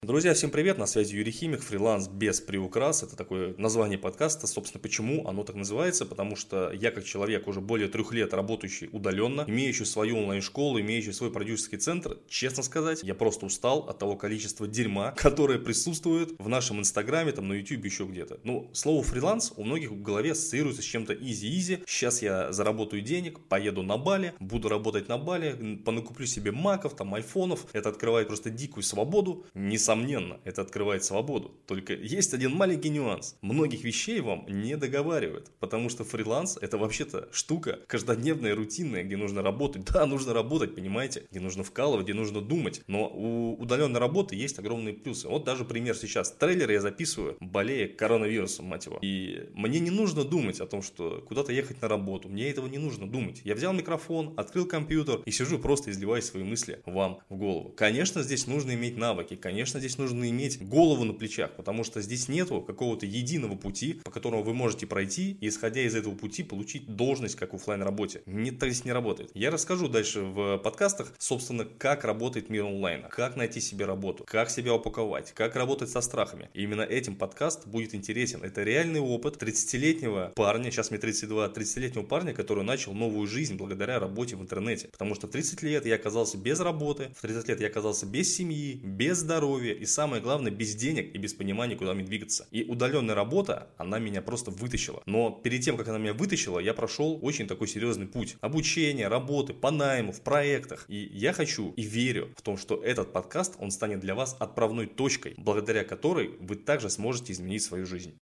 Друзья, всем привет, на связи Юрий Химик, фриланс без приукрас, это такое название подкаста, собственно, почему оно так называется, потому что я как человек, уже более 3 лет работающий удаленно, имеющий свою онлайн-школу, имеющий свой продюсерский центр, честно сказать, я просто устал от того количества дерьма, которое присутствует в нашем инстаграме, там на YouTube, еще где-то. Слово фриланс у многих в голове ассоциируется с чем-то изи-изи, сейчас я заработаю денег, поеду на Бали, буду работать на Бали, понакуплю себе маков, там айфонов, это открывает просто дикую свободу, несомненно, это открывает свободу. Только есть один маленький нюанс. Многих вещей вам не договаривают, потому что фриланс это вообще-то штука каждодневная, рутинная, где нужно работать. Да, нужно работать, понимаете? Где нужно вкалывать, где нужно думать. Но у удаленной работы есть огромные плюсы. Вот даже пример сейчас. Трейлер я записываю, болея коронавирусом, мать его. И мне не нужно думать о том, что куда-то ехать на работу. Мне этого не нужно думать. Я взял микрофон, открыл компьютер и сижу просто изливаю свои мысли вам в голову. Конечно, здесь нужно иметь навыки. Конечно, здесь нужно иметь голову на плечах, потому что здесь нету какого-то единого пути, по которому вы можете пройти и, исходя из этого пути, получить должность, как в офлайн работе. Так здесь не работает. Я расскажу дальше в подкастах, собственно, как работает мир онлайна, как найти себе работу, как себя упаковать, как работать со страхами. И именно этим подкаст будет интересен. Это реальный опыт 30-летнего парня, сейчас мне 32, 30-летнего парня, который начал новую жизнь благодаря работе в интернете. Потому что в 30 лет я оказался без работы, в 30 лет я оказался без семьи, без здоровья и, самое главное, без денег и без понимания, куда мне двигаться. И удаленная работа, она меня просто вытащила. Но перед тем, как она меня вытащила, я прошел очень такой серьезный путь. Обучение, работы, по найму, в проектах. И я хочу и верю в том, что этот подкаст, он станет для вас отправной точкой, благодаря которой вы также сможете изменить свою жизнь.